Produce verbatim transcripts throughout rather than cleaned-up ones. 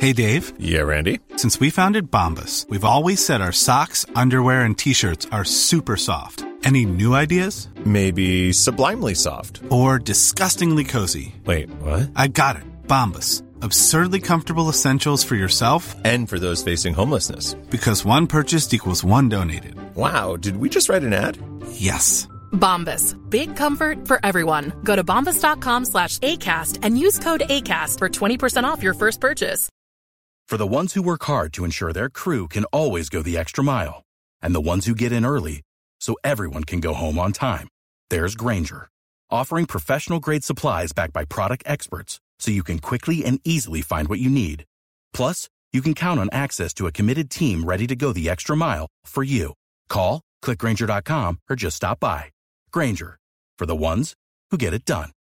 Hey, Dave. Yeah, Randy. Since we founded Bombas, we've always said our socks, underwear, and T-shirts are super soft. Any new ideas? Maybe sublimely soft. Or disgustingly cozy. Wait, what? I got it. Bombas. Absurdly comfortable essentials for yourself and for those facing homelessness. Because one purchased equals one donated. Wow, did we just write an ad? Yes. Bombas. Big comfort for everyone. Go to bombas.com slash ACAST and use code ACAST for twenty percent off your first purchase. For the ones who work hard to ensure their crew can always go the extra mile, and the ones who get in early so everyone can go home on time, there's Grainger, offering professional-grade supplies backed by product experts so you can quickly and easily find what you need. Plus, you can count on access to a committed team ready to go the extra mile for you. Call, click Grainger dot com, or just stop by. Grainger, for the ones who get it done.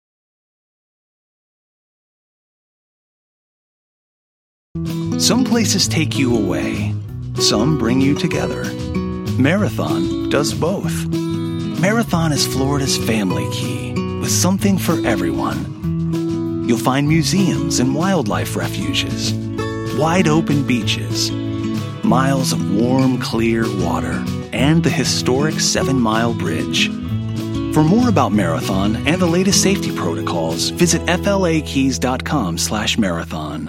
Some places take you away. Some bring you together. Marathon does both. Marathon is Florida's family key, with something for everyone. You'll find museums and wildlife refuges, wide open beaches, miles of warm, clear water, and the historic Seven Mile Bridge. For more about Marathon and the latest safety protocols, visit flakeys.com slash marathon.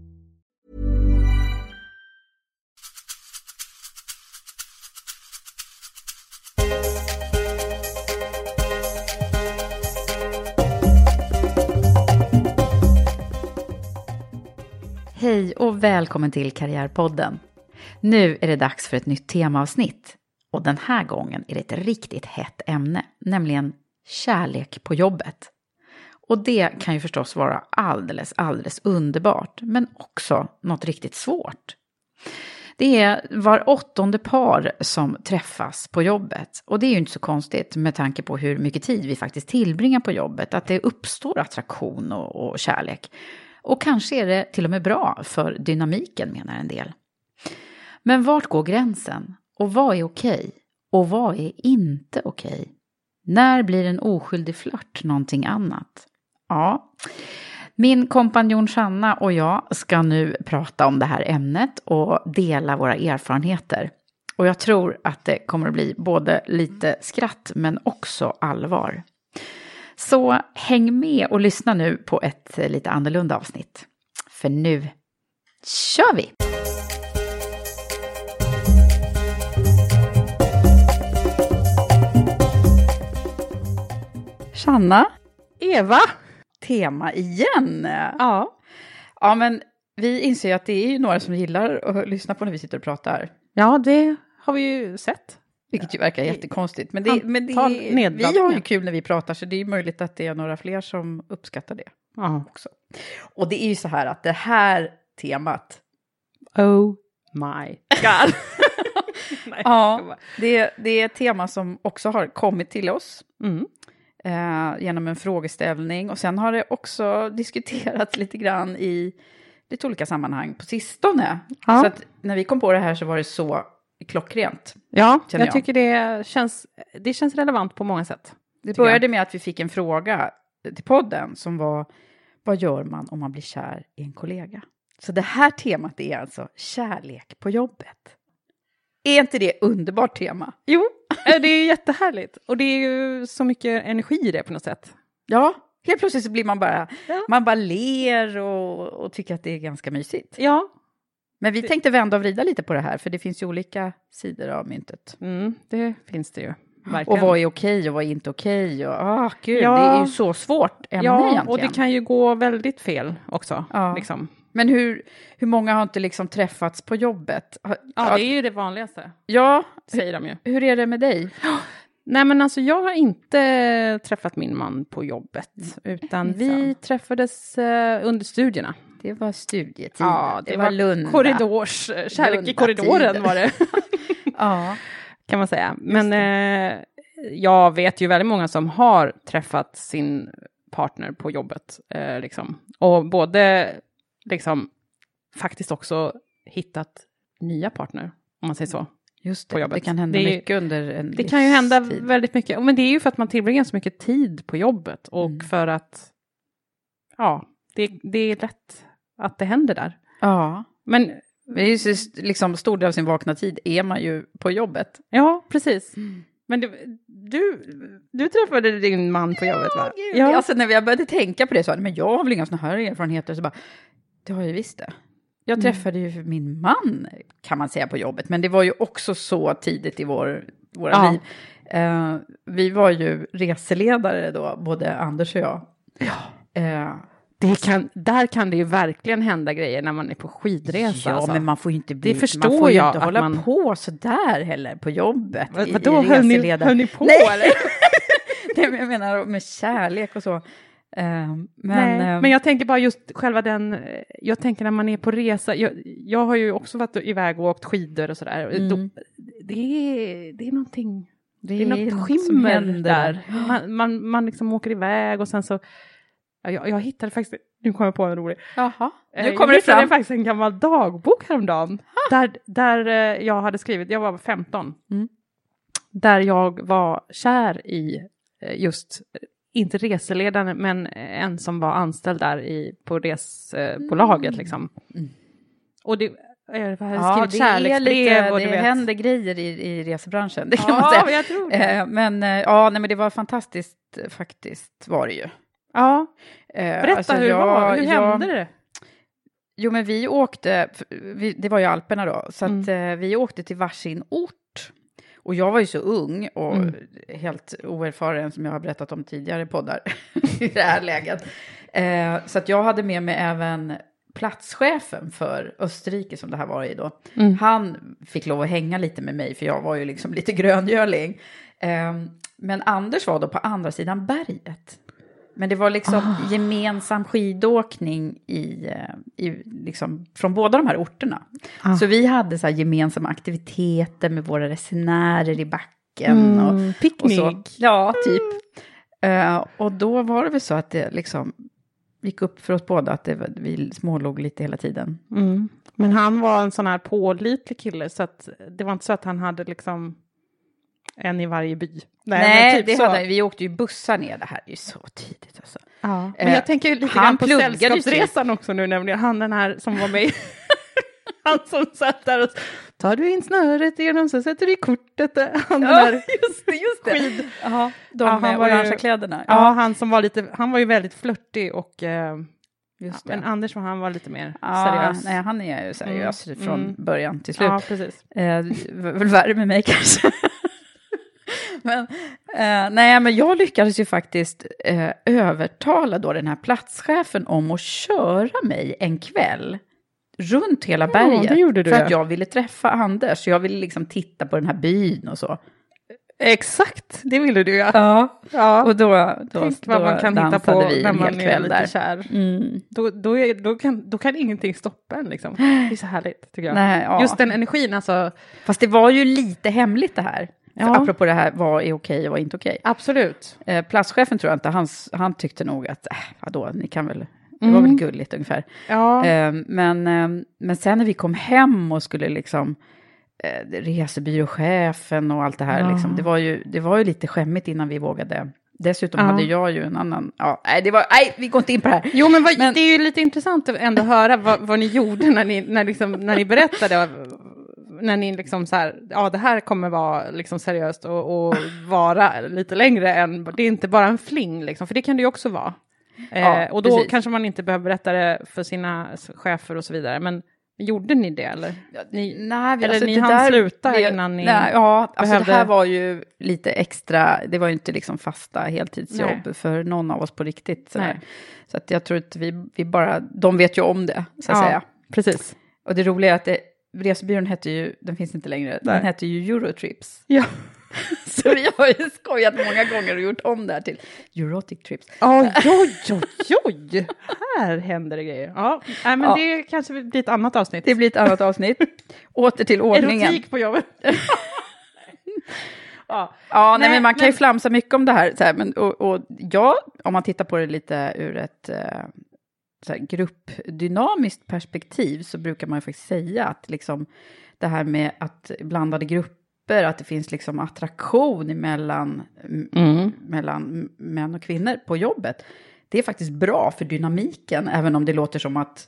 Hej och välkommen till Karriärpodden. Nu är det dags för ett nytt temaavsnitt. Och den här gången är det ett riktigt hett ämne, nämligen kärlek på jobbet. Och det kan ju förstås vara alldeles, alldeles underbart, men också något riktigt svårt. Det är var åttonde par som träffas på jobbet. Och det är ju inte så konstigt med tanke på hur mycket tid vi faktiskt tillbringar på jobbet, att det uppstår attraktion och, och kärlek. Och kanske är det till och med bra för dynamiken, menar en del. Men vart går gränsen? Och vad är okej? Och vad är inte okej? När blir en oskyldig flört någonting annat? Ja, min kompanjon Sanna och jag ska nu prata om det här ämnet och dela våra erfarenheter. Och jag tror att det kommer att bli både lite skratt men också allvar. Så häng med och lyssna nu på ett lite annorlunda avsnitt. För nu kör vi! Sanna, Eva, tema igen. Ja. Ja, men vi inser ju att det är ju några som gillar att lyssna på när vi sitter och pratar. Ja, det har vi ju sett. Vilket ju verkar jättekonstigt. Men, det, men det, vi har ju kul när vi pratar, så det är möjligt att det är några fler som uppskattar det. Ja. Också. Och det är ju så här att det här temat... Oh my god. Nej, ja, det, det är ett tema som också har kommit till oss. Mm. Eh, genom en frågeställning. Och sen har det också diskuterats lite grann i lite olika sammanhang på sistone. Ja. Så att när vi kom på det här så var det så klockrent. Ja, jag, jag tycker det känns, det känns relevant på många sätt. Det började med att vi fick en fråga till podden som var: vad gör man om man blir kär i en kollega? Så det här temat är alltså kärlek på jobbet. Är inte det underbart tema? Jo, det är jättehärligt. Och det är ju så mycket energi i det på något sätt. Ja, helt plötsligt så blir man bara, ja. man bara ler och, och tycker att det är ganska mysigt. Ja. Men vi tänkte vända och vrida lite på det här, för det finns ju olika sidor av myntet. Mm, det finns det ju. Verkligen. Och vad är okej och vad är inte okej. Och, ah, gud, ja. Det är ju så svårt ämne ja, egentligen. Och det kan ju gå väldigt fel också. Ja. Liksom. Men hur, hur många har inte liksom träffats på jobbet? Ja, det är ju det vanligaste. Ja, säger de ju. Hur är det med dig? Nej, men alltså jag har inte träffat min man på jobbet. Utan vi träffades uh, under studierna. Det var studietid. Ja, det, det var, var Lunda. Korridors, kärlek Lunda i korridoren tid. Var det. Ja. Kan man säga. Men eh, jag vet ju väldigt många som har träffat sin partner på jobbet. Eh, liksom. Och både liksom faktiskt också hittat nya partner, om man säger så. Just det, på jobbet. Det kan hända det är, mycket under en Det kan ju hända tid. väldigt mycket. Men det är ju för att man tillbringar så mycket tid på jobbet. Och mm. för att, ja, det, det är lätt att det händer där. Ja. Men det är ju så, liksom, stor del av sin vakna tid är man ju på jobbet. Ja, precis. Mm. Men du, du, du träffade din man på jobbet, va? Ja, ja. Alltså när jag började tänka på det så men jag har väl inga såna här erfarenheter. Så bara, det har jag visst det. Jag mm. träffade ju min man, kan man säga, på jobbet. Men det var ju också så tidigt i vår, våra ja. liv. Uh, vi var ju reseledare då, både Anders och jag. Ja. Uh, det kan, där kan det ju verkligen hända grejer när man är på skidresa. Ja, alltså. Men man får ju inte bli, det förstår man får ju jag inte hålla man... på så där heller på jobbet. Vad, vadå, höll ni, höll ni på? Nej. Eller? Nej, men jag menar med kärlek och så. Uh, men, Nej, uh, men jag tänker bara just själva den, jag tänker när man är på resa, jag, jag har ju också varit iväg och åkt skidor och sådär. Mm. Då, det, är, det är någonting, det är, det är något skimmer där. Man, man, man liksom åker iväg och sen så, jag, jag hittade faktiskt, nu kommer jag på en rolig. Jaha, nu jag kommer det fram. Jag hittade faktiskt en gammal dagbok häromdagen. Där, där jag hade skrivit, jag var femton. Mm. Där jag var kär i just, inte reseledaren, men en som var anställd där i, på resbolaget. Mm. Liksom. Mm. Och det, jag hade ja, skrivit kärleksbrev. Och det du vet. händer grejer i, i resebranschen, det kan ja, man säga. Jag tror det. Men, ja, nej, men det var fantastiskt faktiskt, var det ju. Ja, berätta alltså, hur jag, var Hur jag, hände det? Jo, men vi åkte, vi, det var ju Alperna då, så att mm. vi åkte till varsin ort. Och jag var ju så ung och mm. helt oerfaren, som jag har berättat om tidigare poddar i det här läget. Eh, så att jag hade med mig även platschefen för Österrike, som det här var i då. Mm. Han fick lov att hänga lite med mig, för jag var ju liksom lite gröngöling. Eh, men Anders var då på andra sidan berget. Men det var liksom ah. gemensam skidåkning i, i, liksom, från båda de här orterna. Ah. Så vi hade så här gemensamma aktiviteter med våra resenärer i backen. Mm, och, picknick. Och så. Ja, typ. Mm. Uh, och då var det väl så att det liksom gick upp för oss båda att det, vi smålåg lite hela tiden. Mm. Men han var en sån här pålitlig kille, så att det var inte så att han hade liksom en i varje by. Nej, Nej typ det så. hade, vi åkte ju bussar ner. Det här är ju så tidigt alltså. Ja. Men jag tänker lite grann på sällskapsresan också nu, nämligen han den här som var med. Han som satt där och tar du in snöret igenom så sätter du i kortet. Han ja, där just det, just det. Skid. Aha, de ja, med orangea kläderna. Ja. ja, han som var lite, han var ju väldigt flörtig och eh, just ja, men Anders var han var lite mer ja, seriös. Nej, han är ju seriös mm. från mm. början till slut. Ja, precis. Eh, väl värre med mig kanske. Men, eh, nej, men jag lyckades ju faktiskt eh, övertala då den här platschefen om att köra mig en kväll runt hela ja, berget. Det gjorde du, för ja. att jag ville träffa Anders. Jag ville liksom titta på den här byn och så. Exakt, det ville du ja. Ja, ja. Och då, då, Tänk vad då man kan hitta på vi när man är lite där. kär. Mm. Då, då, är, då, kan, då kan ingenting stoppa en liksom. Det är så härligt tycker jag. Nej, ja. Just den energin alltså. Fast det var ju lite hemligt det här. Ja. Apropå det här, vad är okej och vad är inte okej. Absolut. Eh, platschefen tror jag inte, han, han tyckte nog att, äh, vadå, ni kan väl, det mm. var väl gulligt ungefär. Ja. Eh, men, eh, men sen när vi kom hem och skulle liksom, eh, resebyråchefen och allt det här, ja. liksom, det, var ju, det var ju lite skämmigt innan vi vågade. Dessutom ja. hade jag ju en annan, ja, nej, det var, nej, vi går inte in på det här. Jo, men, vad, men det är ju lite intressant att ändå höra vad, vad ni gjorde när ni, när, liksom, när ni berättade. När ni liksom så här, ja det här kommer vara liksom seriöst och, och vara lite längre än, det är inte bara en fling liksom, för det kan det ju också vara. Ja, eh, och då precis. kanske man inte behöver berätta det för sina chefer och så vidare, men gjorde ni det eller? Ni, nej, eller alltså, ni det hann där, sluta det, innan ni nej, ja, alltså behövde... det här var ju lite extra, det var ju inte liksom fasta heltidsjobb nej. för någon av oss på riktigt. Så, så att jag tror att vi, vi bara, de vet ju om det, så att ja, säga. Precis. Och det roliga är att det, resebyrån hette ju, den finns inte längre, nej. Den hette ju Eurotrips. Ja. Så vi har ju skojat många gånger och gjort om det här till Erotic Trips. Oj, oj, oj, oj. Här händer det grejer. Ja, nej, men ja. Det kanske blir ett annat avsnitt. Det blir ett annat avsnitt. Åter till ordningen. Erotik på jobbet. ja, ja nej, nej, men man kan men... ju flamsa mycket om det här. Så här men, och, och ja, om man tittar på det lite ur ett så här, gruppdynamiskt perspektiv så brukar man ju faktiskt säga att liksom, det här med att blandade grupper, att det finns liksom attraktion mellan, mm. mellan män och kvinnor på jobbet. Det är faktiskt bra för dynamiken, även om det låter som att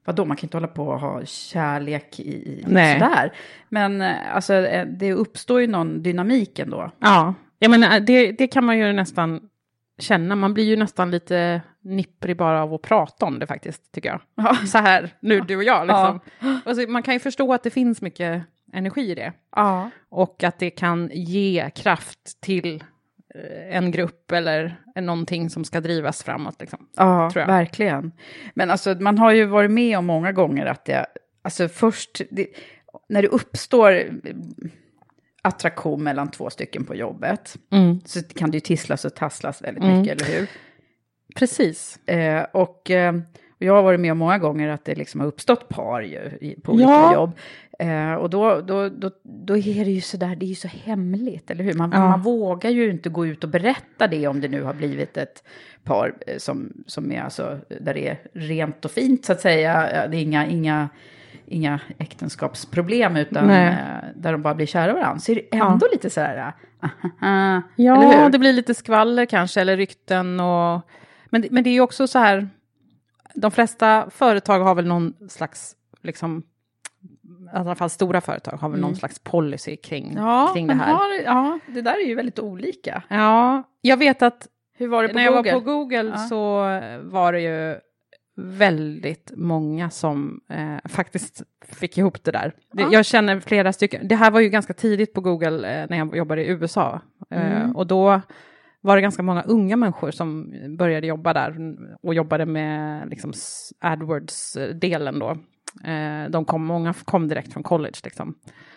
vadå, man kan inte hålla på och ha kärlek i Nej. sådär. Men alltså, det uppstår ju någon dynamik ändå. Ja, jag menar, det, det kan man ju nästan känna. Man blir ju nästan lite nipprig bara av att prata om det faktiskt, tycker jag. Ja. Så här, nu du och jag liksom. Ja. Och så, man kan ju förstå att det finns mycket energi i det. Ja. Och att det kan ge kraft till en grupp eller någonting som ska drivas framåt. Liksom, ja, tror jag. Verkligen. Men alltså, man har ju varit med om många gånger att det, alltså först, det, när det uppstår attraktion mellan två stycken på jobbet, mm. så kan det ju tisslas och tasslas väldigt mm. mycket, eller hur? Precis. Eh, och eh, jag har varit med om många gånger att det liksom har uppstått par ju, på olika ja. jobb. Eh, och då, då, då, då är det ju så där, det är ju så hemligt, eller hur? Man, ja. man vågar ju inte gå ut och berätta det om det nu har blivit ett par eh, som, som är alltså, där det är rent och fint så att säga. Det är inga, inga, inga äktenskapsproblem utan eh, där de bara blir kära varandra. Så är det ändå ja. lite så här, ah, ja, det blir lite skvaller kanske, eller rykten och... Men, men det är ju också så här, de flesta företag har väl någon slags, liksom, i alla fall stora företag har väl mm. någon slags policy kring, ja, kring det här. Har, ja, det där är ju väldigt olika. Ja, jag vet att hur var det på när Google? jag var på Google ja. så var det ju väldigt många som eh, faktiskt fick ihop det där. Det, ja. Jag känner flera stycken. Det här var ju ganska tidigt på Google eh, när jag jobbade i U S A. Eh, mm. Och då var det ganska många unga människor som började jobba där och jobbade med liksom AdWords-delen då. Eh, de kom, många kom direkt från college liksom.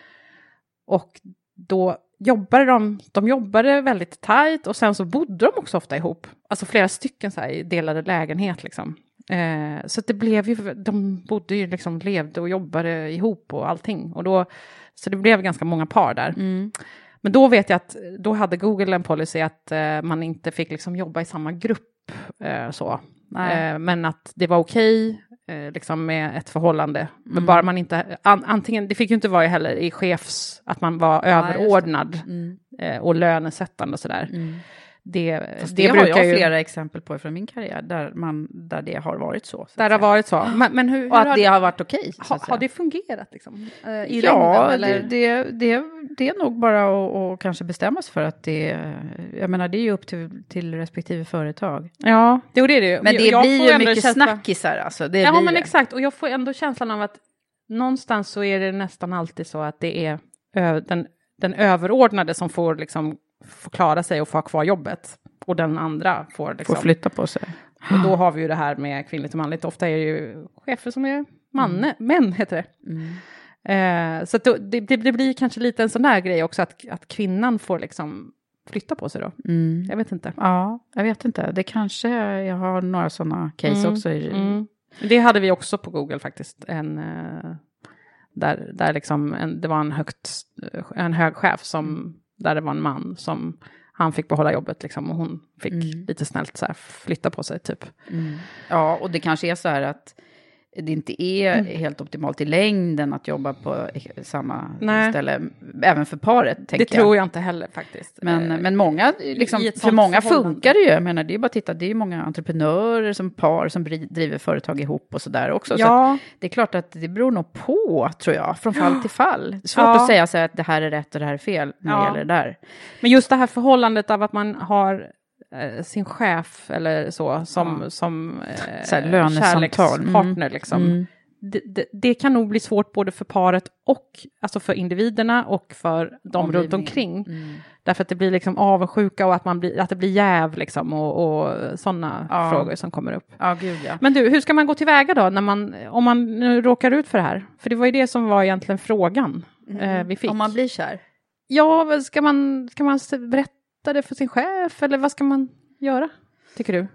Och då jobbade de, de jobbade väldigt tajt och sen så bodde de också ofta ihop. Alltså flera stycken så här i delade lägenhet liksom. Eh, så det blev ju, de bodde ju liksom, levde och jobbade ihop och allting. Och då, så det blev ganska många par där. Mm. Men då vet jag att då hade Google en policy att eh, man inte fick liksom jobba i samma grupp eh, så. Eh, men att det var okej eh, liksom med ett förhållande. Mm. Men bara man inte, an, antingen, det fick ju inte vara heller i chefs, att man var Nej, överordnad mm. eh, och lönesättande och sådär. Mm. Det, det, det har jag ju flera exempel på från min karriär där, man, där det har varit så. så där det har varit så. Men, men hur, hur och att har det har varit okej. Ha, har det fungerat liksom? Uh, i ja, längden, eller? Det, det, det är nog bara att och kanske bestämma sig för att det, jag menar det är ju upp till, till respektive företag. Ja, det är det. det. Men det jag blir ju mycket känsla... snackisar alltså. Det ja, blir men det. Exakt. Och jag får ändå känslan av att någonstans så är det nästan alltid så att det är ö, den, den överordnade som får liksom får klara sig och få ha kvar jobbet. Och den andra får, liksom, får flytta på sig. Och då har vi ju det här med kvinnligt och manligt. Ofta är det ju chefer som är manne, mm. män heter det. Mm. Eh, så att då, det, det blir kanske lite en sån där grej också. Att, att kvinnan får liksom flytta på sig då. Mm. Jag vet inte. Ja, jag vet inte. Det kanske, jag har några sådana case mm. också. I, mm. Det hade vi också på Google faktiskt. En, eh, där där liksom en, det var en, högt, en hög chef som, mm. där det var en man som... Han fick behålla jobbet liksom, och hon fick mm. lite snällt så här, flytta på sig typ. Mm. Ja, och det kanske är så här att det inte är mm. helt optimalt i längden att jobba på samma Nej. ställe. Även för paret, tänker jag. Det tror jag inte heller faktiskt. Men, men många, liksom, för många funkar det ju. Jag menar, det är bara att titta, det är många entreprenörer som par som driver företag ihop och sådär också. Ja. Så att det är klart att det beror nog på, tror jag, från fall till fall. Svårt ja. att säga så här att det här är rätt och det här är fel när ja. det gäller det där. Men just det här förhållandet av att man har sin chef eller så som, ja. som så här, lönesamtal. Kärlekspartner mm. liksom. Mm. Det, det, det kan nog bli svårt både för paret och alltså för individerna och för de runt omkring. Mm. Därför att det blir liksom avundsjuka och att, man blir, att det blir jäv liksom och, och sådana ja. frågor som kommer upp. Ja, gud, ja. Men du, hur ska man gå tillväga då när man, om man nu råkar ut för det här? För det var ju det som var egentligen frågan mm. eh, vi fick. Om man blir kär? Ja, ska man, ska man berätta det för sin chef eller vad ska man göra, tycker du?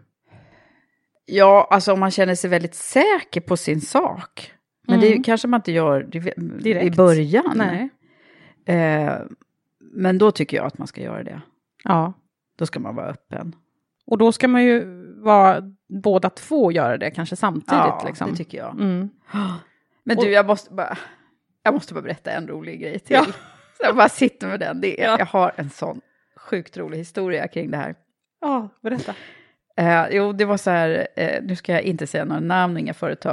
Ja, alltså om man känner sig väldigt säker på sin sak. Men mm. det kanske man inte gör direkt i början. Nej. Eh, men då tycker jag att man ska göra det. Ja. Då ska man vara öppen. Och då ska man ju vara båda två göra det kanske samtidigt. Ja, liksom. det tycker jag. Mm. Men du, jag måste bara, jag måste bara berätta en rolig grej till. Ja. Så jag bara sitter med den. Det är, ja. Jag har en sån sjukt rolig historia kring det här. Ja, berätta. Eh, jo, det var så här, eh, nu ska jag inte säga några namn, inga företag.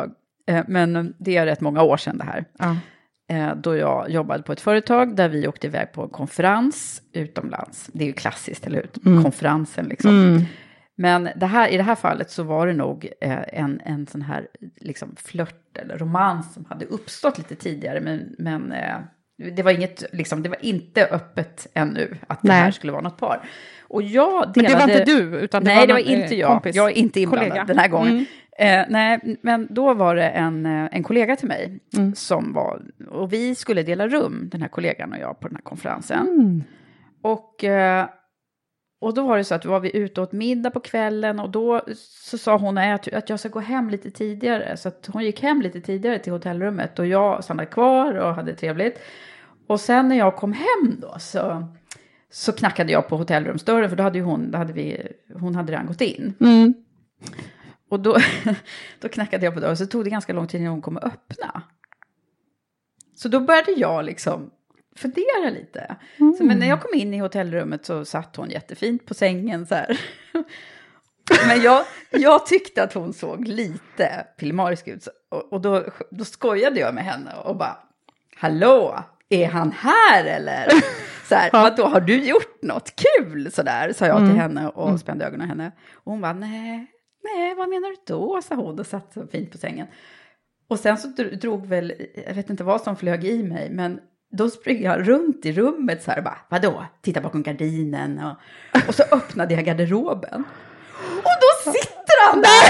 Eh, men det är rätt många år sedan det här. Ja. Eh, då jag jobbade på ett företag där vi åkte iväg på en konferens utomlands. Det är ju klassiskt, eller hur? Mm. Konferensen liksom. Mm. Men det här, i det här fallet så var det nog eh, en, en sån här liksom flört eller romans som hade uppstått lite tidigare. Men, men eh, det var inget, liksom, det var inte öppet ännu att det Nej. här skulle vara något par. Och jag delade... Men det var inte du? Utan det Nej, var det var någon, inte jag. Kompis, jag är inte inblandad kollega. den här gången. Mm. Eh, nej, men då var det en, en kollega till mig mm. som var... Och vi skulle dela rum, den här kollegan och jag, på den här konferensen. Mm. Och... Eh, Och då var det så att var vi ute åt middag på kvällen och då så sa hon att jag ska gå hem lite tidigare. Så att hon gick hem lite tidigare till hotellrummet och jag stannade kvar och hade trevligt. Och sen när jag kom hem då så, så knackade jag på hotellrumsdörren för då hade ju hon, då hade vi, hon hade redan gått in. Mm. Och då, då knackade jag på dörren och så tog det ganska lång tid innan hon kom att öppna. Så då började jag liksom... fundera lite. Mm. Så, men när jag kom in i hotellrummet så satt hon jättefint på sängen så här. Men jag, jag tyckte att hon såg lite pillemarisk ut. Och, och då, då skojade jag med henne och bara, hallå, är han här eller? Så här, vadå, har du gjort något kul? Så där, sa jag till mm. henne och mm. spände ögonen henne. Och hon bara, nej, nej, vad menar du då? Sa hon och satt så fint på sängen. Och sen så drog väl, jag vet inte vad som flög i mig, men då springer jag runt i rummet så här bara, vadå? Titta bakom gardinen och, och så öppnade jag garderoben. Och då sitter han där!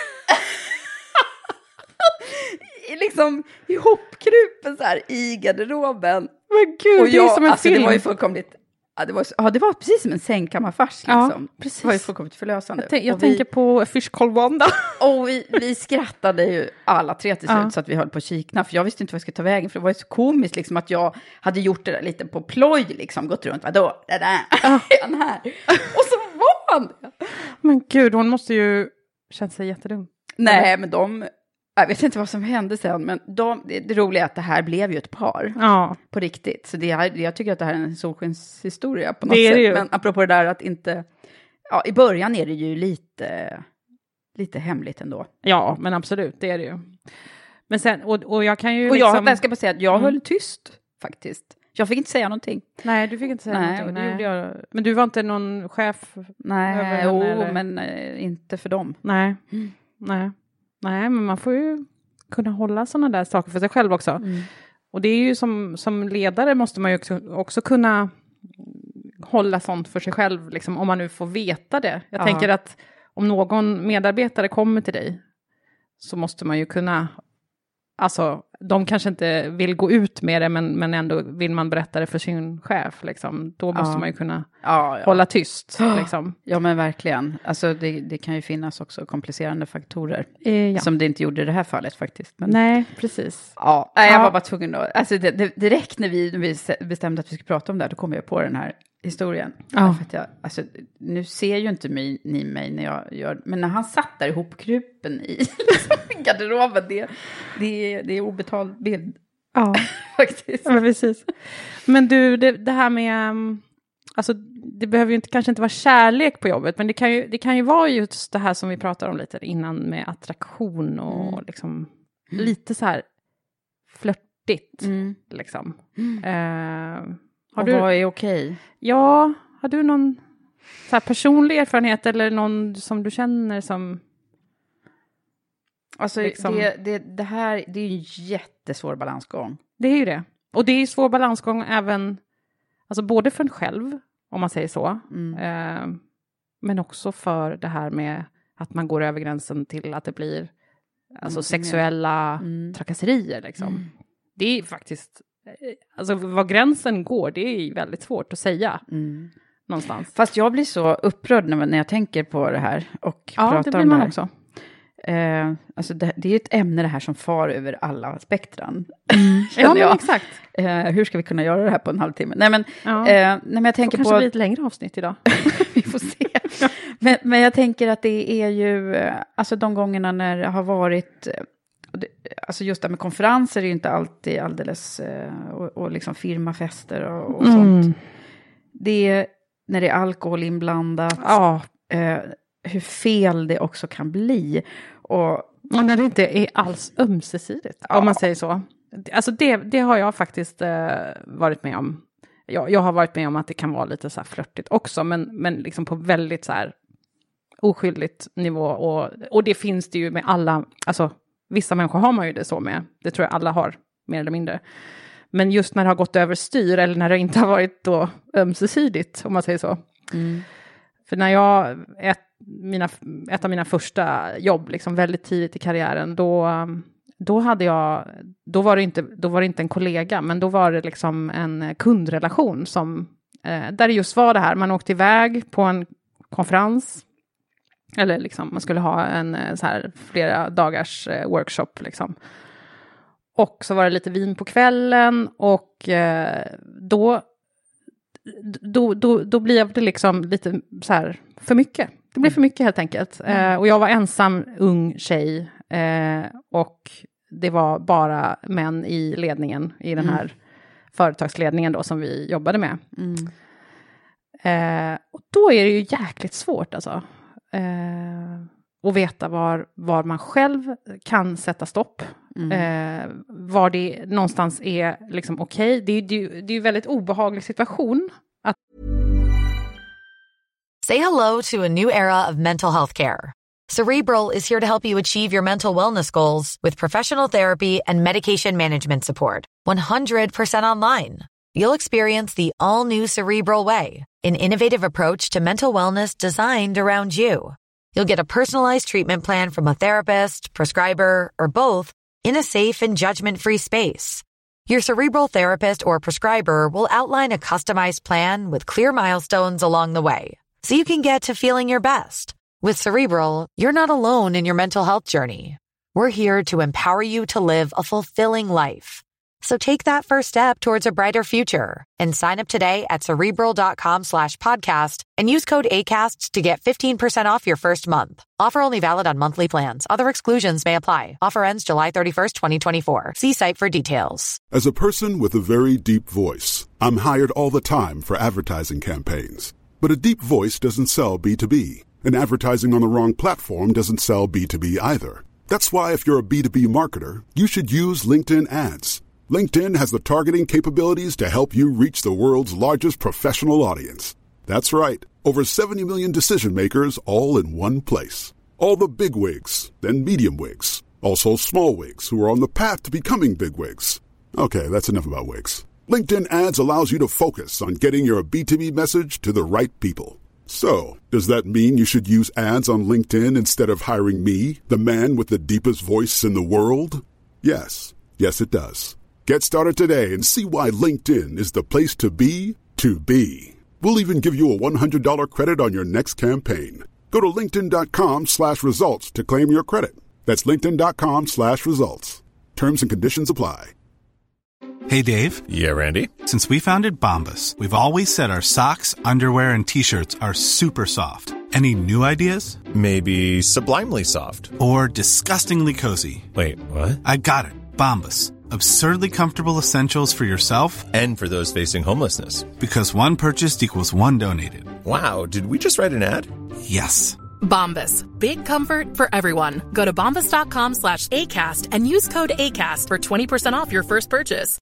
liksom ihopkrupen så här i garderoben. Men gud, och jag, det är som en alltså, film. Det var ju fullkomligt... Ja det, var, ja, det var precis som en sängkammarfars liksom. Ja, precis. Det var ju fullkomligt förlösande. Jag, tänk, jag tänker vi, på Fish Called Wanda. Och vi, vi skrattade ju alla tre till slut ja. Så att vi höll på att kikna. För jag visste inte vad jag skulle ta vägen. För det var ju så komiskt liksom, att jag hade gjort det där lite på ploj. Liksom, gått runt, vadå? Det där, ja. Den här. Och så var han det. Men gud, hon måste ju känna sig jättedum. Nej, men de... Jag vet inte vad som hände sen, men de, det, det roliga är att det här blev ju ett par. Ja. På riktigt. Så det här, jag tycker att det här är en solskenshistoria på något det är sätt. det ju. Men apropå det där att inte... Ja, i början är det ju lite, lite hemligt ändå. Ja, men absolut, det är det ju. Men sen, och, och jag kan ju och liksom... jag, jag ska bara säga att jag mm. höll tyst, faktiskt. Jag fick inte säga någonting. Nej, du fick inte säga nej, någonting. Det gjorde jag... Men du var inte någon chef? Nej, jo, eller? men eh, inte för dem. Nej, mm. nej. Nej, men man får ju kunna hålla sådana där saker för sig själv också. Mm. Och det är ju som, som ledare måste man ju också, också kunna hålla sånt för sig själv. Liksom, om man nu får veta det. Jag ja. tänker att om någon medarbetare kommer till dig så måste man ju kunna... Alltså, de kanske inte vill gå ut med det, men, men ändå vill man berätta det för sin chef. Liksom. Då måste ja. man ju kunna ja, ja. hålla tyst. Liksom. Ja, men verkligen. Alltså, det, det kan ju finnas också komplicerande faktorer. Eh, ja. Som det inte gjorde i det här fallet faktiskt. Men... Nej, precis. Ja, jag ja. var bara tvungen att... Alltså, det, det, direkt när vi, när vi bestämde att vi skulle prata om det här, då kom jag på den här historien. Ja. För att jag, alltså, nu ser ju inte mig, ni mig när jag gör... Men när han satt där ihopkrupen i liksom, garderoben, det, det, det är obetald bild. Ja, faktiskt. Ja, precis. Men du, det, det här med... Alltså, det behöver ju inte, kanske inte vara kärlek på jobbet, men det kan, ju, det kan ju vara just det här som vi pratade om lite innan med attraktion och mm. liksom mm. lite så här flörtigt. Mm. Liksom. Mm. Uh, Har och du, vad är okej? Ja, har du någon så här personlig erfarenhet eller någon som du känner som... Alltså liksom, det, det, det här, det är ju en jättesvår balansgång. Det är ju det. Och det är ju svår balansgång även, alltså både för en själv, om man säger så. Mm. Eh, men också för det här med att man går över gränsen till att det blir alltså, mm. sexuella mm. trakasserier liksom. Mm. Det är faktiskt... Alltså vad gränsen går, det är väldigt svårt att säga mm. någonstans. Fast jag blir så upprörd när, när jag tänker på det här och ja, pratar det blir om man det här. Också. Eh, alltså det, det är ett ämne det här som far över alla spektran. Mm. Ja, men exakt. Eh, hur ska vi kunna göra det här på en halvtimme? Nej, men, ja. eh, nej, men jag tänker det på... kanske blir ett längre avsnitt idag. Vi får se. men, men jag tänker att det är ju, alltså de gångerna när det har varit... Alltså just det med konferenser är ju inte alltid alldeles, och, och liksom firmafester och, och mm. sånt. Det är när det är alkohol inblandat, ja. eh, hur fel det också kan bli. Och Och när det inte är alls ömsesidigt, Ja. om man säger så. Alltså det, det har jag faktiskt eh, varit med om. Jag, jag har varit med om att det kan vara lite så här flörtigt också, men, men liksom på väldigt så här oskyldigt nivå. Och, och det finns det ju med alla, alltså vissa människor har man ju det så med. Det tror jag alla har, mer eller mindre. Men just när det har gått över styr, eller när det inte har varit då ömsesidigt, om man säger så. Mm. För när jag, ett, mina, ett av mina första jobb, liksom väldigt tidigt i karriären, då, då hade jag, då var det inte, då var det inte en kollega, men då var det liksom en kundrelation som, eh, där det just var det här, man åkte iväg på en konferens, eller liksom man skulle ha en så här flera dagars eh, workshop liksom. Och så var det lite vin på kvällen, och eh, då Då, då, då blir det liksom lite så här för mycket. Det blir för mycket helt enkelt. Mm. Eh, och jag var ensam ung tjej. Eh, och det var bara män i ledningen. I den här mm. företagsledningen då som vi jobbade med. Mm. Eh, och då är det ju jäkligt svårt alltså. Eh, att veta var, var man själv kan sätta stopp. Mm. Eh, var det någonstans är liksom okej. Okay. Det, det, det är ju en väldigt obehaglig situation. Att... Say hello to a new era of mental health care. Cerebral is here to help you achieve your mental wellness goals with professional therapy and medication management support. one hundred percent online. You'll experience the all-new Cerebral Way, an innovative approach to mental wellness designed around you. You'll get a personalized treatment plan from a therapist, prescriber, or both in a safe and judgment-free space. Your Cerebral therapist or prescriber will outline a customized plan with clear milestones along the way, so you can get to feeling your best. With Cerebral, you're not alone in your mental health journey. We're here to empower you to live a fulfilling life. So take that first step towards a brighter future and sign up today at Cerebral.com slash podcast and use code ACAST to get fifteen percent off your first month. Offer only valid on monthly plans. Other exclusions may apply. Offer ends July thirty-first, twenty twenty-four. See site for details. As a person with a very deep voice, I'm hired all the time for advertising campaigns. But a deep voice doesn't sell B two B. And advertising on the wrong platform doesn't sell B two B either. That's why if you're a B two B marketer, you should use LinkedIn ads. LinkedIn has the targeting capabilities to help you reach the world's largest professional audience. That's right. Over seventy million decision makers all in one place. All the big wigs, then medium wigs. Also small wigs who are on the path to becoming big wigs. Okay, that's enough about wigs. LinkedIn ads allows you to focus on getting your B two B message to the right people. So, does that mean you should use ads on LinkedIn instead of hiring me, the man with the deepest voice in the world? Yes. Yes, it does. Get started today and see why LinkedIn is the place to be to be. We'll even give you a one hundred dollars credit on your next campaign. Go to linkedin.com slash results to claim your credit. That's linkedin.com slash results. Terms and conditions apply. Hey, Dave. Yeah, Randy. Since we founded Bombas, we've always said our socks, underwear, and T-shirts are super soft. Any new ideas? Maybe sublimely soft. Or disgustingly cozy. Wait, what? I got it. Bombas. Absurdly comfortable essentials for yourself and for those facing homelessness. Because one purchased equals one donated. Wow, did we just write an ad? Yes. Bombas. Big comfort for everyone. Go to bombas.com slash ACAST and use code ACAST for twenty percent off your first purchase.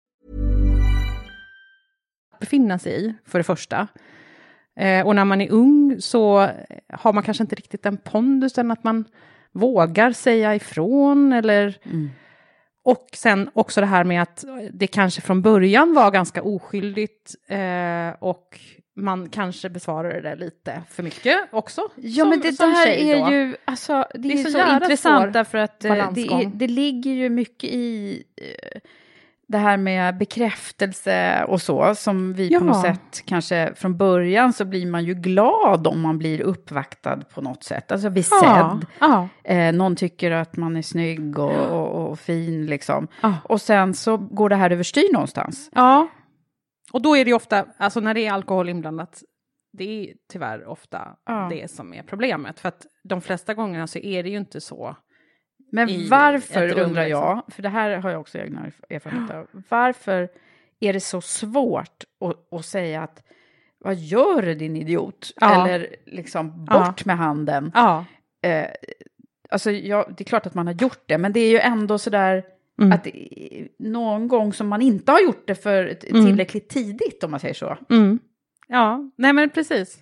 Befinna sig i, för det första. Eh, och när man är ung så har man kanske inte riktigt den pondusen att man vågar säga ifrån eller... Mm. Och sen också det här med att det kanske från början var ganska oskyldigt eh, och man kanske besvarade det lite för mycket också. Ja, som, men det där är då. ju alltså, det, det är, är så, så intressant därför att det, är, det ligger ju mycket i eh, det här med bekräftelse och så som vi ja. på något sätt kanske från början så blir man ju glad om man blir uppvaktad på något sätt. Alltså bli ja. sedd. Ja. Eh, någon tycker att man är snygg och, och, och fin liksom. Ja. Och sen så går det här överstyr någonstans. Ja. Och då är det ju ofta, alltså när det är alkohol inblandat, det är tyvärr ofta ja. det som är problemet. För att de flesta gångerna så är det ju inte så. Men varför undrar jag, för det här har jag också egna erfarenhet av, varför är det så svårt att, att säga att vad gör du din idiot? Ja. Eller liksom bort ja. med handen. Ja. Eh, alltså jag, det är klart att man har gjort det, men det är ju ändå sådär mm. att det, någon gång som man inte har gjort det för tillräckligt mm. tidigt, om man säger så. Mm. Ja, nej men precis.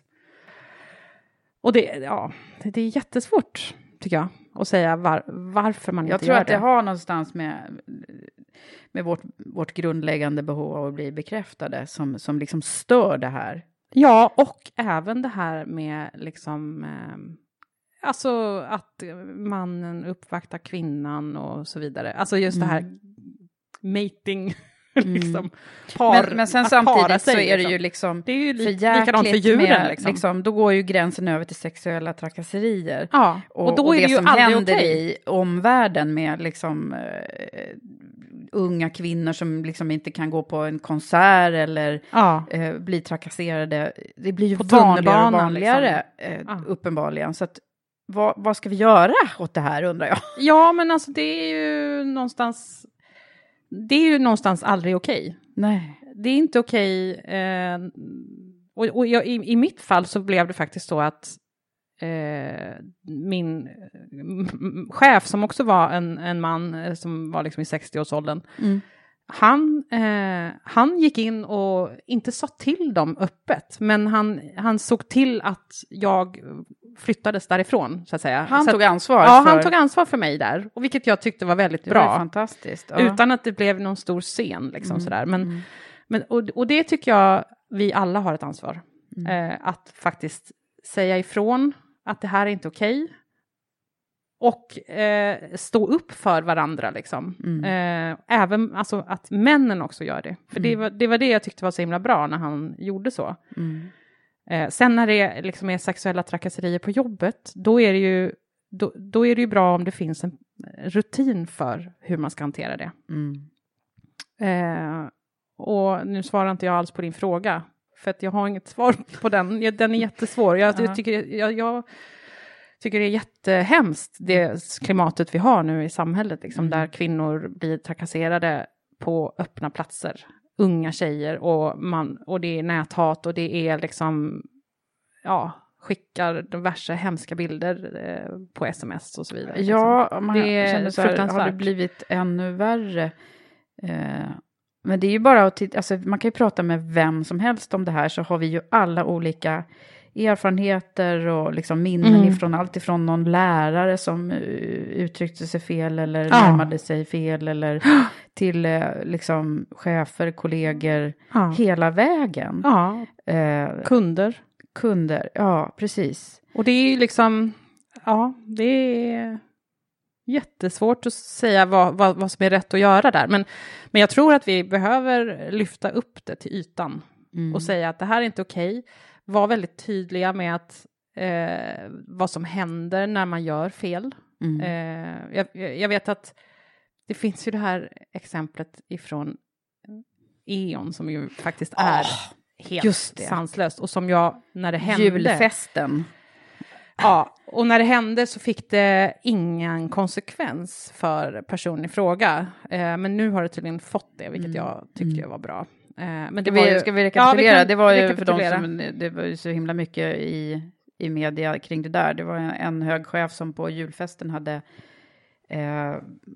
Och det, ja, det, det är jättesvårt, tycker jag, att säga var, varför man inte gör det. Jag tror att det har någonstans med, med vårt, vårt grundläggande behov av att bli bekräftade som, som liksom stör det här. Ja, och även det här med liksom, eh, alltså att mannen uppvaktar kvinnan och så vidare. Alltså just mm. det här mating, liksom, mm. par, men, men sen samtidigt så är det ju liksom, det är ju li- för likadant för djuren. Med, liksom. Liksom, då går ju gränsen över till sexuella trakasserier. Ja, och, och då och är det, det ju som aldrig händer okej. i omvärlden med liksom uh, unga kvinnor som liksom inte kan gå på en konsert eller ja. uh, bli trakasserade. Det blir ju på vanligare och vanligare, liksom. uh, ja. uppenbarligen. Så att, vad, vad ska vi göra åt det här, undrar jag? Ja, men alltså det är ju någonstans, det är ju någonstans aldrig okej. Nej. Det är inte okej. Eh, och och jag, i, i mitt fall så blev det faktiskt så att eh, min m- chef, som också var en, en man eh, som var liksom i sextio-årsåldern, mm. han, eh, han gick in och inte sa till dem öppet, men han, han såg till att jag flyttades därifrån, så att säga. Han så tog att, ansvar Ja, för... han tog ansvar för mig där, och vilket jag tyckte var väldigt det bra. var fantastiskt. Ja. Utan att det blev någon stor scen, liksom mm. sådär. Men, mm. men, och, och det tycker jag vi alla har ett ansvar. Mm. Eh, att faktiskt säga ifrån att det här är inte okej. Och eh, stå upp för varandra, liksom. Mm. Eh, även alltså, att männen också gör det. För mm. det, var, det var det jag tyckte var så himla bra när han gjorde så. Mm. Eh, sen när det liksom är sexuella trakasserier på jobbet, då är det ju då, då är det ju bra om det finns en rutin för hur man ska hantera det. Mm. Eh, och nu svarar inte jag alls på din fråga, för att jag har inget svar på den. Den är jättesvår. Jag, uh-huh. jag, tycker, jag, jag tycker det är jättehemskt, det klimatet vi har nu i samhället, liksom, mm. där kvinnor blir trakasserade på öppna platser. Unga tjejer, och, man, och det är näthat, och det är liksom, ja, skickar de värsta hemska bilder eh, på sms och så vidare. Ja, liksom. man det är så här, har det blivit ännu värre. Eh, men det är ju bara att titta, alltså, man kan ju prata med vem som helst om det här, så har vi ju alla olika erfarenheter och liksom minnen mm. ifrån allt ifrån någon lärare som uh, uttryckte sig fel eller ja. närmade sig fel, eller till uh, liksom chefer, kollegor, ja. hela vägen. Ja. Uh, kunder. Kunder, ja, precis. Och det är ju liksom, ja, det är jättesvårt att säga vad, vad, vad som är rätt att göra där. Men, men jag tror att vi behöver lyfta upp det till ytan mm. och säga att det här är inte okej. Var väldigt tydliga med att eh, vad som händer när man gör fel. Mm. Eh, jag, jag vet att det finns ju det här exemplet ifrån E.ON som ju faktiskt är oh, helt sanslöst. Och som jag, när det hände... Julfesten. Ja, och när det hände så fick det ingen konsekvens för personen i fråga. Eh, men nu har det tydligen fått det, vilket mm. jag tyckte mm. var bra. Men det ska, var vi, ju, ska vi rekapitulera? Ja, vi det var ju rekapitulera. för dem som, det var ju så himla mycket i, i media kring det där. Det var en, en hög chef som på julfesten hade eh,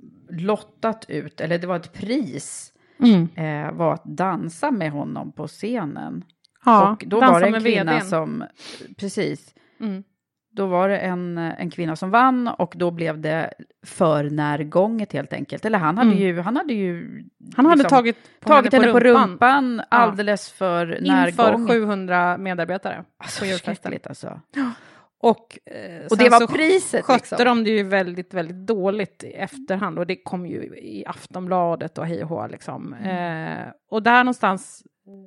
lottat ut, eller det var ett pris, mm. eh, var att dansa med honom på scenen. Ja, och då var det en kvinna vdn. som, precis, mm. då var det en, en kvinna som vann, och då blev det för närgånget helt enkelt. Eller han hade mm. ju, han hade ju han hade liksom tagit, på tagit henne på rumpan, rumpan ja. alldeles för närgånget. Inför sjuhundra medarbetare alltså, på julfesten. Alltså. Och, eh, och det var priset. Skötte liksom. de det ju väldigt, väldigt dåligt i efterhand. Och det kom ju i Aftonbladet och hej och hå, liksom. Mm. Eh, och där någonstans...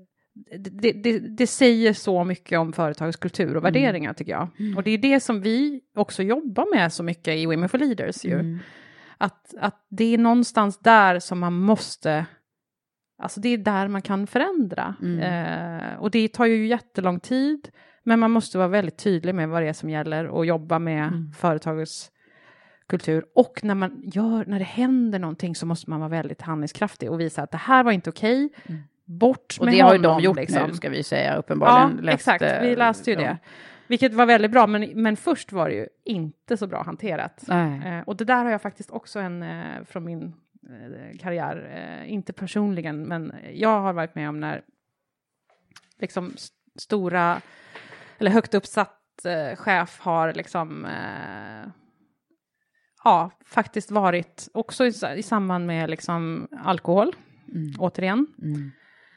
Det, det, det säger så mycket om företagets kultur och värderingar, mm. tycker jag. Mm. Och det är det som vi också jobbar med så mycket i Women for Leaders. Ju. Mm. Att, att det är någonstans där som man måste... Alltså det är där man kan förändra. Mm. Eh, och det tar ju jättelång tid. Men man måste vara väldigt tydlig med vad det är som gäller. Och jobba med mm. företagets kultur. Och när, man gör, när det händer någonting så måste man vara väldigt handlingskraftig. Och visa att det här var inte okej. Mm. Bort och med det har ju honom, de gjort liksom. nu, ska vi säga, uppenbarligen. Ja, exakt. Vi läste ju ja. det. Vilket var väldigt bra, men, men först var det ju inte så bra hanterat. Nej. Eh, och det där har jag faktiskt också en eh, från min eh, karriär, eh, inte personligen, men jag har varit med om när liksom st- stora, eller högt uppsatt eh, chef har liksom eh, ja, faktiskt varit också i, i samband med liksom alkohol, mm. återigen. Mm.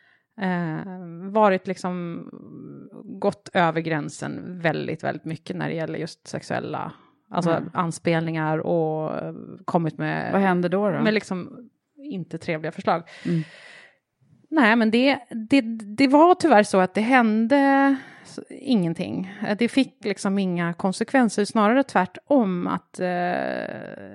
Eh, varit liksom gått över gränsen väldigt, väldigt mycket när det gäller just sexuella alltså mm. anspelningar och kommit med... Vad händer då då? Med liksom inte trevliga förslag. Mm. Nej, men det, det, det var tyvärr så att det hände ingenting. Det fick liksom inga konsekvenser, snarare tvärtom att eh,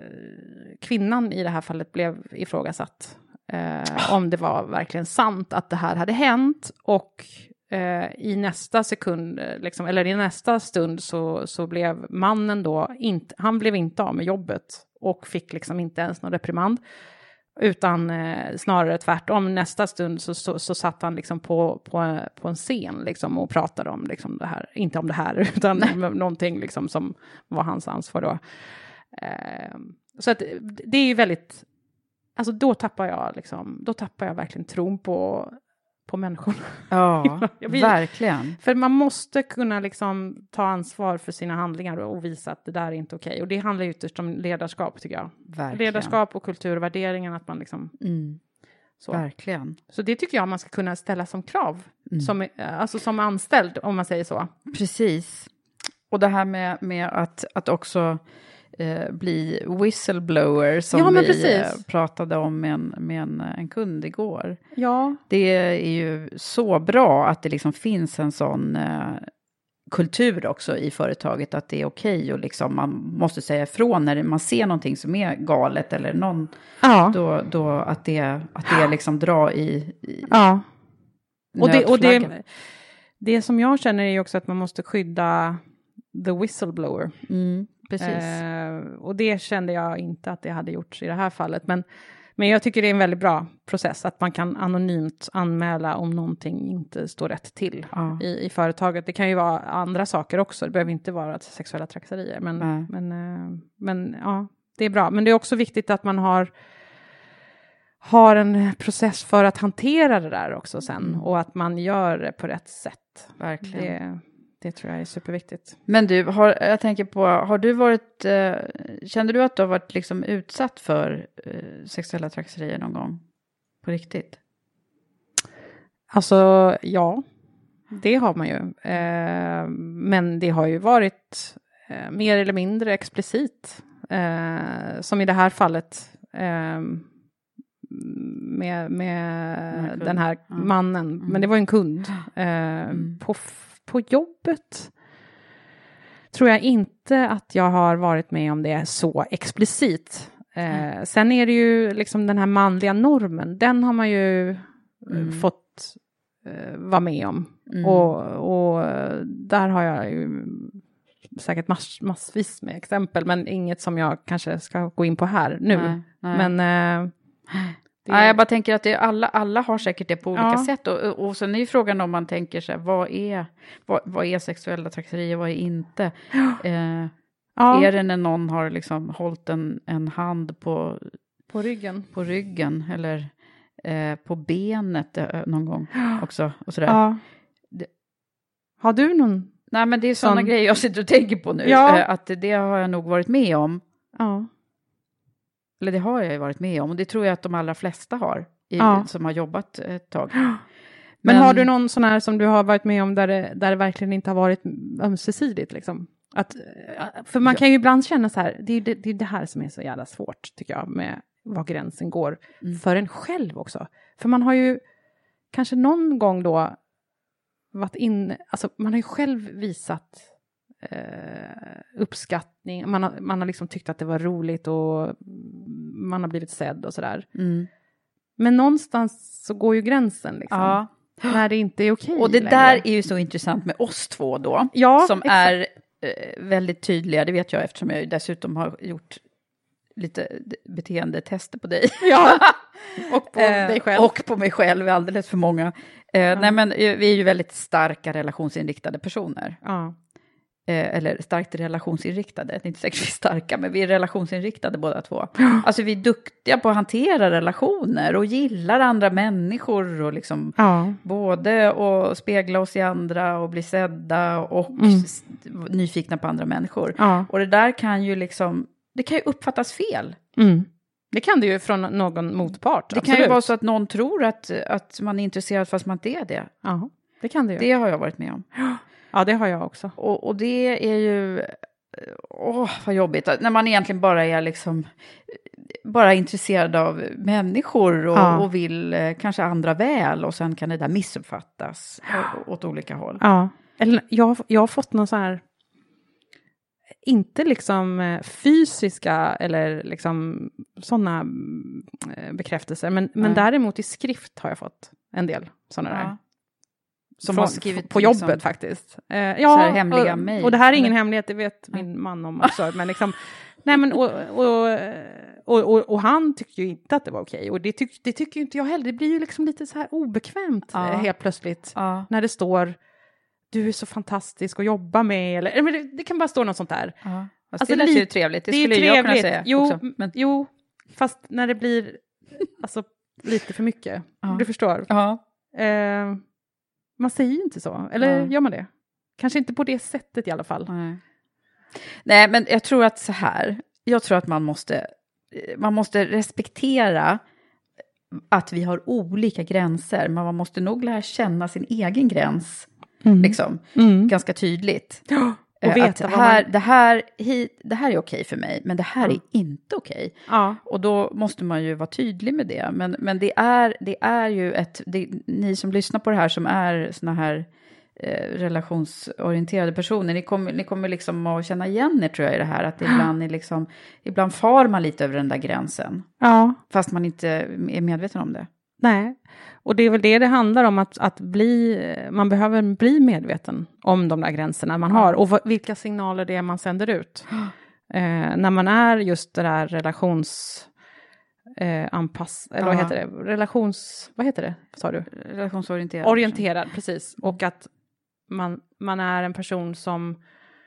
kvinnan i det här fallet blev ifrågasatt. Eh, om det var verkligen sant att det här hade hänt, och eh, i nästa sekund liksom, eller i nästa stund så, så blev mannen då inte, han blev inte av med jobbet och fick liksom inte ens någon reprimand, utan eh, snarare tvärtom. Nästa stund så, så, så satt han liksom på, på, på en scen liksom och pratade om liksom det här, inte om det här utan någonting liksom som var hans ansvar då. Eh, så att det är ju väldigt, alltså då tappar jag liksom, då tappar jag verkligen tron på, på människor. Ja, vill, verkligen. För man måste kunna liksom ta ansvar för sina handlingar och, och visa att det där är inte okej. Och det handlar ju ytterst om ledarskap, tycker jag. Verkligen. Ledarskap och kultur och värderingen, att man liksom... Mm. Så. Verkligen. Så det tycker jag man ska kunna ställa som krav. Mm. Som, alltså som anställd, om man säger så. Precis. Och det här med, med att, att också... Eh, bli whistleblower som ja, vi eh, pratade om med, en, med en, en kund igår. Ja. Det är ju så bra att det liksom finns en sån eh, kultur också i företaget, att det är okej och liksom man måste säga ifrån när man ser någonting som är galet eller någon, ja. då, då att det, att det liksom drar i, i ja. Och, det, och det, det som jag känner är ju också att man måste skydda the whistleblower. Mm. Precis. Eh, och det kände jag inte att det hade gjorts i det här fallet. Men, men jag tycker det är en väldigt bra process att man kan anonymt anmäla om någonting inte står rätt till ja. i, i företaget. Det kan ju vara andra saker också. Det behöver inte vara sexuella trakasserier. Men, Nej. men, eh, men ja, det är bra. Men det är också viktigt att man har, har en process för att hantera det där också sen. Mm. Och att man gör det på rätt sätt. Verkligen. Det, Det tror jag är superviktigt. Men du, har, jag tänker på, har du varit, eh, kände du att du har varit liksom utsatt för eh, sexuella trakasserier någon gång? På riktigt? Alltså, ja. Det har man ju. Eh, men det har ju varit eh, mer eller mindre explicit. Eh, som i det här fallet. Eh, med med den här ja. mannen. Mm. Men det var en kund. Eh, mm. På På jobbet tror jag inte att jag har varit med om det så explicit. Eh, sen är det ju liksom den här manliga normen. Den har man ju mm. fått eh, vara med om. Mm. Och, och där har jag ju säkert mass, massvis med exempel. Men inget som jag kanske ska gå in på här nu. Nej, nej. Men... Eh, Det... Ja, jag bara tänker att det, alla, alla har säkert det på olika ja. sätt. Och, och sen är ju frågan om man tänker sig, vad är, vad, vad är sexuella trakasserier, vad är inte? Eh, ja. Är det när någon har liksom hållit en, en hand på, på ryggen, på ryggen eller eh, på benet eh, någon gång också? Och sådär. Ja. Det... Har du någon? Nej, men det är sådana sån... grejer jag sitter och tänker på nu. Ja. Eh, att det har jag nog varit med om. Ja. Eller det har jag ju varit med om. Och det tror jag att de allra flesta har. I, ja. Som har jobbat ett tag. Men, Men har du någon sån här som du har varit med om där det, där det verkligen inte har varit ömsesidigt? Liksom? Att, för man kan ju ibland känna så här. Det är det, det är det här som är så jävla svårt, tycker jag. Med var gränsen går. Mm. För en själv också. För man har ju kanske någon gång då varit in. Alltså man har ju själv visat... Uh, uppskattning, man har, man har liksom tyckt att det var roligt och man har blivit sedd och sådär. Mm. Men någonstans så går ju gränsen liksom. Ja. När det inte är okej. Och det längre. där är ju så intressant med oss två då. Ja, som exakt. är uh, väldigt tydliga, det vet jag eftersom jag dessutom har gjort lite beteendetester på dig. Ja. Och på dig själv. Och på mig själv, alldeles för många. Uh, ja. Nej men vi är ju väldigt starka relationsinriktade personer. Ja. Eh, eller starkt relationsinriktade. Det är inte säkert vi är starka, men vi är relationsinriktade båda två. Alltså vi är duktiga på att hantera relationer och gillar andra människor och liksom ja. både att spegla oss i andra och bli sedda och Mm. s- nyfikna på andra människor. Ja. Och det där kan ju liksom, det kan ju uppfattas fel. Mm. Det kan det ju från någon motpart. Det absolut. kan ju vara så att någon tror att, att man är intresserad fast man inte är det. Ja, det kan det ju. Det har jag varit med om. Ja, det har jag också. Och, och det är ju, åh vad jobbigt, när man egentligen bara är liksom, bara intresserad av människor och, Ja. och vill eh, kanske andra väl, och sen kan det där missuppfattas å- åt olika håll. Ja, eller jag, jag har fått någon så här, inte liksom eh, fysiska eller liksom sådana eh, bekräftelser, men, men Nej. däremot i skrift har jag fått en del sådana Ja. där. Som Från- har skrivit på liksom, jobbet faktiskt. Eh, så ja, här hemliga och, mejl. och det här är ingen Eller? hemlighet, det vet min man om också. Men liksom, nej men och, och, och, och, och han tyckte ju inte att det var okej. Och det, tyck, det tycker ju inte jag heller. Det blir ju liksom lite så här obekvämt Ja. eh, helt plötsligt. Ja. När det står, du är så fantastisk att jobba med. Eller, eller det, det kan bara stå något sånt där. Ja. Fast Alltså, det lät ju lite- trevligt, det, det är ju skulle jag kunna trevligt. säga Jo, också. Men, Jo, fast när det blir alltså, lite för mycket. Ja. Du förstår. ja. Eh, man säger ju inte så. Eller Ja. gör man det? Kanske inte på det sättet i alla fall. Nej. Nej, men jag tror att så här, jag tror att man måste, man måste respektera att vi har olika gränser, men man måste nog lära känna sin egen gräns, Mm. liksom, Mm. ganska tydligt. Och Eh, veta att vad här, man... det, här, hit, det här är okej för mig, men det här Ja. är inte okej. Ja. Och då måste man ju vara tydlig med det. Men, men det, är, det är ju ett... Det, ni som lyssnar på det här som är såna här eh, relationsorienterade personer, ni kommer, ni kommer liksom att känna igen er, tror jag, i det här. Att det ibland, är liksom, ibland far man lite över den där gränsen. ja. Fast man inte är medveten om det. Nej. Och det är väl det det handlar om, att, att bli, man behöver bli medveten om de där gränserna man har. Och vad, vilka signaler det är man sänder ut. Eh, när man är just det där relations... Eh, anpass... Eller vad Ja. heter det? Relations... Vad heter det? Sa du? Relationsorienterad. Orienterad, precis. Och att man, man är en person som,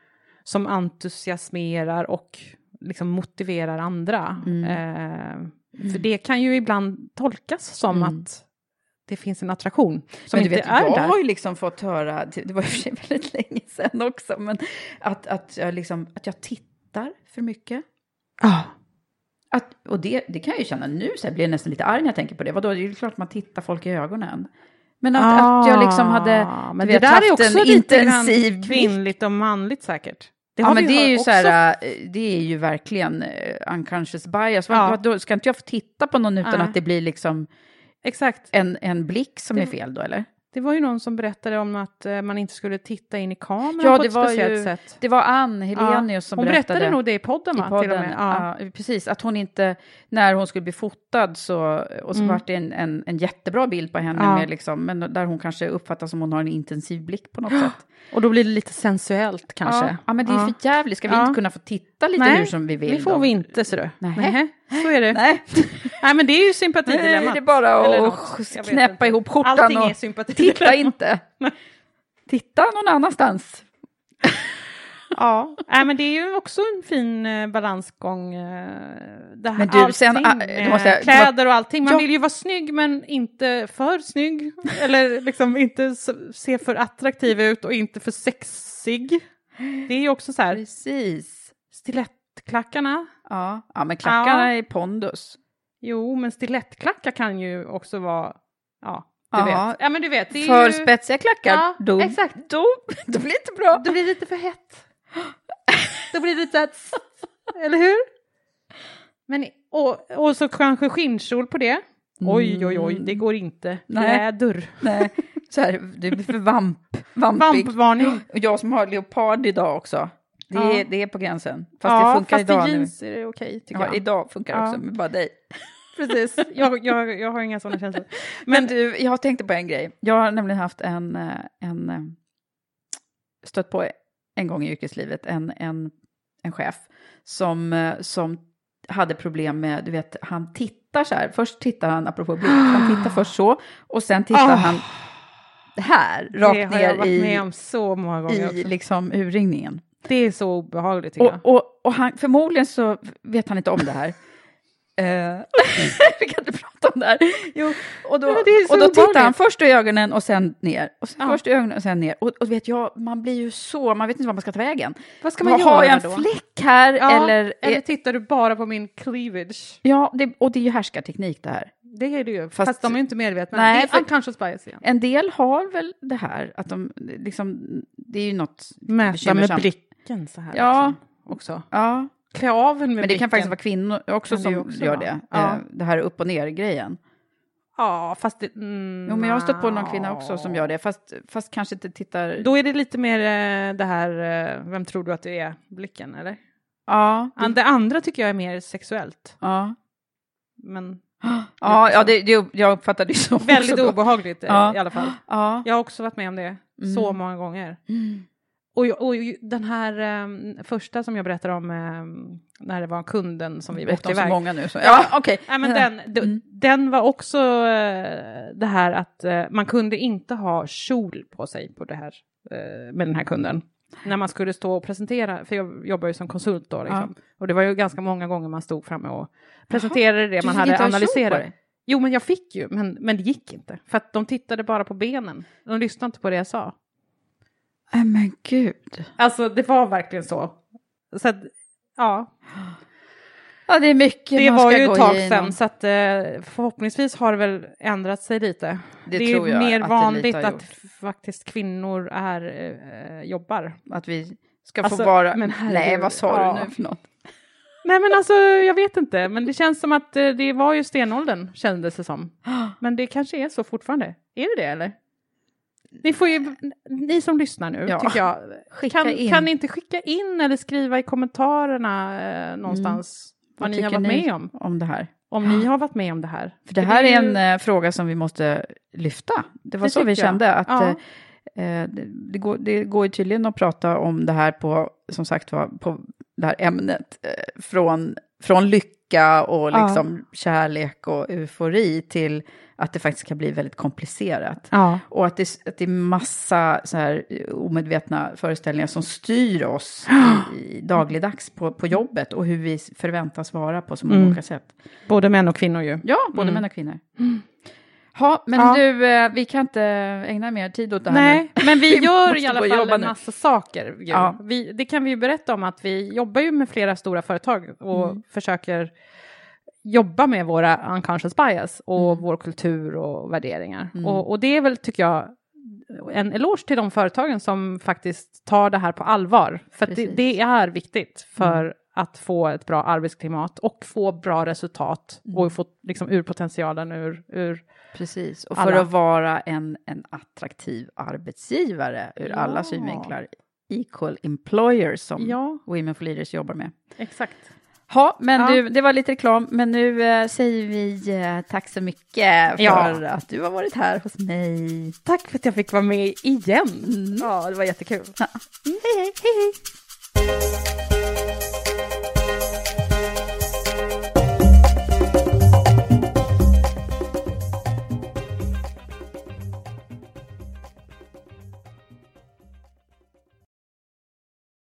som entusiasmerar och liksom motiverar andra. Mm. Eh, för det kan ju ibland tolkas som Mm. att det finns en attraktion som Men du inte vet, är jag där. har ju liksom fått höra, det var ju för sig väldigt länge sedan också, men att, att, jag, liksom, att jag tittar för mycket. Ah. Att, och det, det kan jag ju känna nu, så jag blir nästan lite arg när jag tänker på det. Vadå, det är ju klart man tittar folk i ögonen. Men att, Ah, att jag liksom hade, men du det vet, där är haft också en lite intensiv grann kvinnligt och manligt säkert. Det Ja, har men vi det är ju också. så här, eh, det är ju verkligen uh, unconscious bias. Ja. Ja. Då ska inte jag få titta på någon utan Nej. att det blir liksom Exakt. en, en blick som Det- är fel då, eller? Det var ju någon som berättade om att eh, man inte skulle titta in i kameran Ja, på det ett var speciellt ju- sätt. Det var Ann Helenius som Hon berättade. berättade nog det i podden, I va? podden, Till och med. Ja. ja, precis. Att hon inte, när hon skulle bli fotad så, och så Mm. var det en, en, en jättebra bild på henne, Ja. med liksom, men där hon kanske uppfattas som hon har en intensiv blick på något sätt. Och då blir det lite sensuellt kanske. Ja, ja, men det är för jävligt. Ska vi Ja. inte kunna få titta lite Nej, hur som vi vill? det får då? vi inte, ser du. Nej. Nähä, så är det. Nej. Nej, men det är ju sympatidilemmat. Nej, det är bara att Eller något. Jag vet knäppa inte. ihop skjortan Allting och är sympatidilemmat. titta inte. Titta någon annanstans. Ja, nej, men det är ju också en fin eh, balansgång. Eh, det här, Men du, allting, sen, ah, eh, då måste jag- kläder och allting. Man Ja. vill ju vara snygg, men inte för snygg. Eller liksom inte s- se för attraktiv ut och inte för sexig. Det är ju också så här, Precis. stilettklackarna. Ja, ja men klackarna Ja. är pondus. Jo, men stilettklackar kan ju också vara, ja, du Ja. vet. Ja, men du vet. Det är För ju, spetsiga klackar, Ja, då, exakt. Då, då blir det inte bra. det blir lite för hett. Då blir det lite att, eller hur? Men, och, och så kanske skinnkjol på det. Oj, oj, oj, det går inte. Nej. Läder. Nej, så här, du blir för vamp, vampig. Vampvarning. Och jag som har leopard idag också. Det, Ja. är, det är på gränsen. Fast Ja, det funkar fast idag i nu. jeans är det okej, tycker Ja, jag. idag funkar det Ja. också med bara dig. Precis. Jag, jag, jag har inga sådana känslor. Men du, jag tänkte på en grej. Jag har nämligen haft en, eh, en eh, stött på en gång i yrkeslivet en, en, en chef som, eh, som hade problem med, du vet, han tittar så här. Först tittar han, apropå blick, han tittar först så och sen tittar Oh. han här, det rakt har jag ner varit i, med om så många gånger i också. liksom urringningen. Det är så obehagligt tycker jag. Och, och, och han, förmodligen så vet han inte om det här. Uh, vi kan inte prata om det här. Jo, och då, ja, och då tittar han först i ögonen och sen ner. Och sen ja. först i ögonen och sen ner. Och, och vet jag, man blir ju så, man vet inte vad man ska ta vägen. Vad ska man vad, göra har jag en då? fläck här? Ja, eller, eller tittar du bara på min cleavage? Ja, det, och det är ju härskarteknik det här. Det är det ju, fast, fast de är ju inte medvetna. Nej, det är unconscious bias igen. En del har väl det här, att de liksom, det är ju något mäta med blicken så här. Ja. Liksom, också. Ja. Klä av med Men det blicken. kan faktiskt vara kvinnor också kan som det också gör vara. det. Ja. Eh, det här upp och ner grejen. Ja, fast det... Mm, jo, men jag har stött på någon kvinna också som gör det. Fast, fast kanske inte tittar... Då är det lite mer eh, det här, eh, vem tror du att det är? Blicken, eller? Ja. Det, det andra tycker jag är mer sexuellt. Ja. Men... Ja, ja det, det, jag uppfattar det så. Väldigt obehagligt ja. i alla fall. Ja. Jag har också varit med om det mm. så många gånger. Mm. Och, och den här um, första som jag berättade om um, när det var kunden som vi åkte iväg. Så många nu. Så. Ja, ja okej. Okay. Ja, men den, mm. den var också uh, det här att uh, man kunde inte ha kjol på sig på det här, uh, med den här kunden. När man skulle stå och presentera, för jag jobbar ju som konsult då liksom. Ja. Och det var ju ganska många gånger man stod framme och presenterade Jaha, det man hade analyserat. Jo, men jag fick ju, men, men det gick inte. För att de tittade bara på benen. De lyssnade inte på det jag sa. Nej, men gud. Alltså, det var verkligen så. Så att, ja. Ja, det är mycket det man ska gå Det var ju ett tag igenom. sedan, så att eh, förhoppningsvis har det väl ändrat sig lite. Det, det är tror jag mer att vanligt att gjort. Faktiskt kvinnor är, eh, jobbar. Att vi ska alltså, få vara... Men nej, vad sa ja. du nu för något? Nej, men alltså, jag vet inte. Men det känns som att eh, det var ju stenåldern, kändes det som. Men det kanske är så fortfarande. Är det det, eller? Ni får ju, ni som lyssnar nu, ja. tycker jag, kan, kan ni inte skicka in eller skriva i kommentarerna eh, någonstans mm. vad, vad ni har varit med om? om det här? Om ni har varit med om det här. För det här det är, är ju... en uh, fråga som vi måste lyfta. Det var det så vi kände jag. att ja. uh, det, det, går, det går ju tydligen att prata om det här på, som sagt var, på det här ämnet uh, från, från lycka och liksom ja. kärlek och eufori till att det faktiskt kan bli väldigt komplicerat. Ja. Och att det, att det är massa så här omedvetna föreställningar som styr oss i, i dagligdags på, på jobbet och hur vi förväntas vara på så många mm. olika sätt. Både män och kvinnor ju. Ja, både mm. män och kvinnor. Mm. Ha, men ja. du, vi kan inte ägna mer tid åt det här. Nej, nu. Men vi gör vi i alla fall en massa saker. Ja. Vi, det kan vi ju berätta om att vi jobbar ju med flera stora företag och mm. försöker jobba med våra unconscious bias och mm. vår kultur och värderingar. Mm. Och, och det är väl, tycker jag, en eloge till de företagen som faktiskt tar det här på allvar. För det, det är viktigt för mm. att få ett bra arbetsklimat och få bra resultat mm. och få liksom ur potentialen ur, ur Precis, och för alla. Att vara en, en attraktiv arbetsgivare ur ja. alla synvinklar. Equal employers som ja. Women for Leaders jobbar med. Exakt. Ja, men ja. Du, det var lite reklam, men nu äh, säger vi äh, tack så mycket för ja. att du har varit här hos mig. Tack för att jag fick vara med igen. Mm. Ja, det var jättekul. Ja. Mm. Hej, hej, hej, hej.